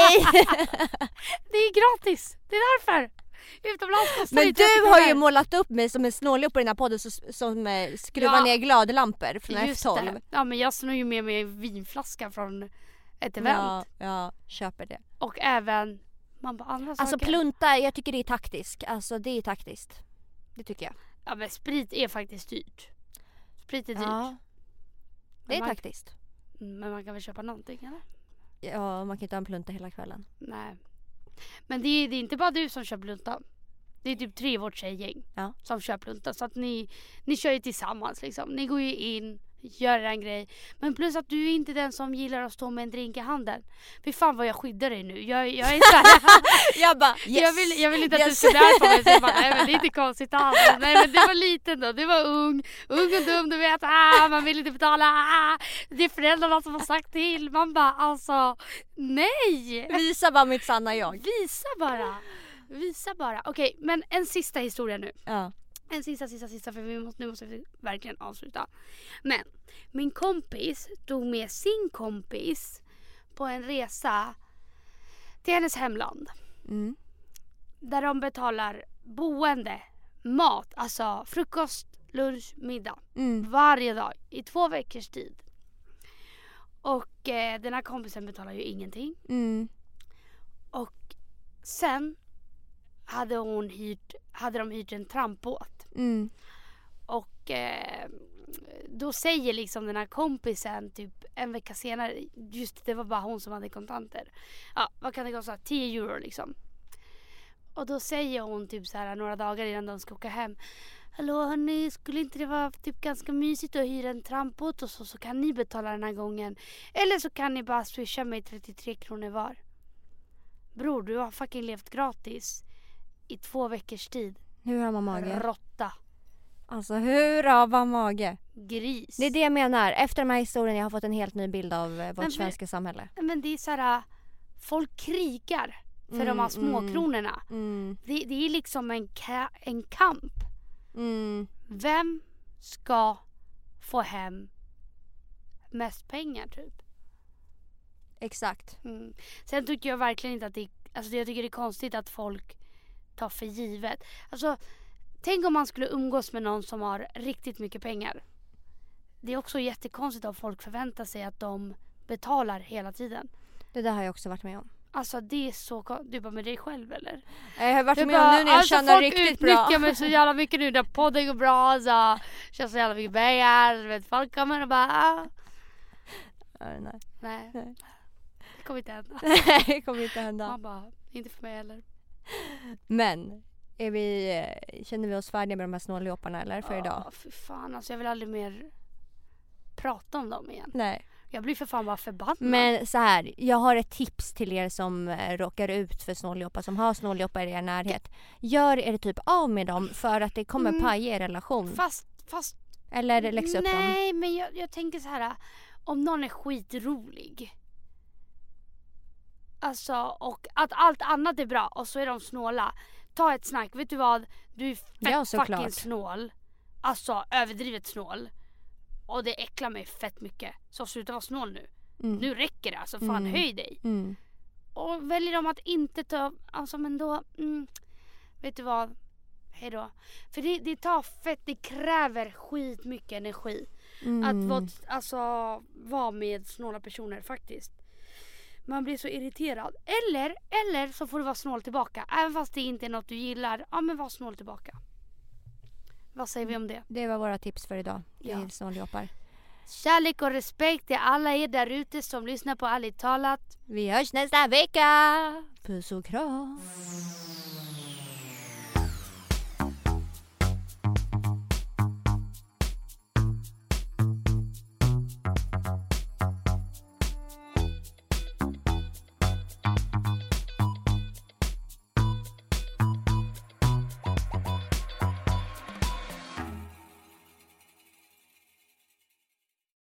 Det är gratis. Det är därför. Men du har ju målat upp mig som en snålig på den här podden som skruvar ner glödlampor från F12. Det. Ja, men jag snor ju med mig en vinflaska från ett event. Ja, köper det. Och även man bara andra saker. Alltså plunta, jag tycker det är taktiskt. Alltså det är taktiskt. Det tycker jag. Ja, men sprit är faktiskt dyrt. Sprit är dyrt. Ja, det är taktiskt. Men man kan väl köpa någonting, eller? Ja, man kan inte ha en plunta hela kvällen. Nej. Men det är inte bara du som kör plunta. Det är typ 3 i vårt tjejgäng som kör plunta. Så att ni kör ju tillsammans liksom. Ni går ju in, gör en grej. Men plus att du är inte den som gillar att stå med en drink i handen. Fy fan vad jag skyddar dig nu. Jag är så här. Jag bara, yes. jag vill inte att du ser där på mig. Så jag bara, nej men det är inte konstigt alls. Nej men du var liten då. Du var ung och dum, du vet. Man vill inte betala. Det är föräldrarna som har sagt till. Man bara, alltså, nej. Visa bara mitt sanna jag. Visa bara. Okej, men en sista historia nu. Ja. En sista för nu måste vi verkligen avsluta. Men min kompis tog med sin kompis på en resa till hennes hemland. Där de betalar boende, mat, alltså frukost, lunch, middag. Varje dag i 2 veckors tid. Och den här kompisen betalar ju ingenting. Och sen hade de hyrt en trampbåt. Och då säger liksom den här kompisen typ en vecka senare, just det var bara hon som hade kontanter. Ja, vad kan det kosta? 10 euro liksom. Och då säger hon typ så här några dagar innan de ska åka hem: hallå hörni, skulle inte det vara typ ganska mysigt att hyra en trampbåt och så kan ni betala den här gången. Eller så kan ni bara swisha mig 33 kronor var. Bror, du har fucking levt gratis i 2 veckors tid. Hur har man mage? Råtta. Alltså hur har man mage? Gris. Det är det jag menar. Efter de här historierna jag har fått en helt ny bild av vårt svenska samhälle. Men det är så här, folk krigar för de här småkronorna. Det är liksom en kamp. Vem ska få hem mest pengar typ? Exakt. Sen tycker jag verkligen inte att jag tycker det är konstigt att folk tar för givet. Alltså, tänk om man skulle umgås med någon som har riktigt mycket pengar. Det är också jättekonstigt om folk förväntar sig att de betalar hela tiden. Det där har jag också varit med om. Alltså det är så... Du bara med dig själv eller? Jag har varit med om nu när jag känner riktigt bra. Folk utnyttjar mig så jävla mycket nu när podden går bra. Alltså, känns så jävla mycket pengar. Vet, folk kommer och bara... Nej. Det kommer inte hända. Det kommer inte hända. Man bara, inte för mig heller. Men känner vi oss färdiga med de här snåljåparna eller för idag? Ja, för fan. Alltså jag vill aldrig mer prata om dem igen. Nej. Jag blir för fan bara förbannad. Men så här, jag har ett tips till er som råkar ut för snåljåpar, som har snåljåpar i er närhet. Gör er typ av med dem för att det kommer paja er relation. Fast eller läxa upp dem. Nej, men jag tänker så här, om någon är skitrolig. Alltså, och att allt annat är bra och så är de snåla. Ta ett snack, vet du vad? Du är fett fucking snål. Alltså, överdrivet snål. Och det äcklar mig fett mycket. Så sluta vara snål nu. Nu räcker det, alltså fan höj dig. Och väljer de att inte ta, alltså men då, vet du vad, hejdå. För det tar fett, det kräver skitmycket energi. Att vara med snåla personer faktiskt. Man blir så irriterad. Eller så får du vara snål tillbaka. Även fast det inte är något du gillar. Ja, men var snål tillbaka. Vad säger vi om det? Det var våra tips för idag. Till snåljåpar. Kärlek och respekt till alla er där ute som lyssnar på Ärligt talat. Vi hörs nästa vecka. Puss och kram.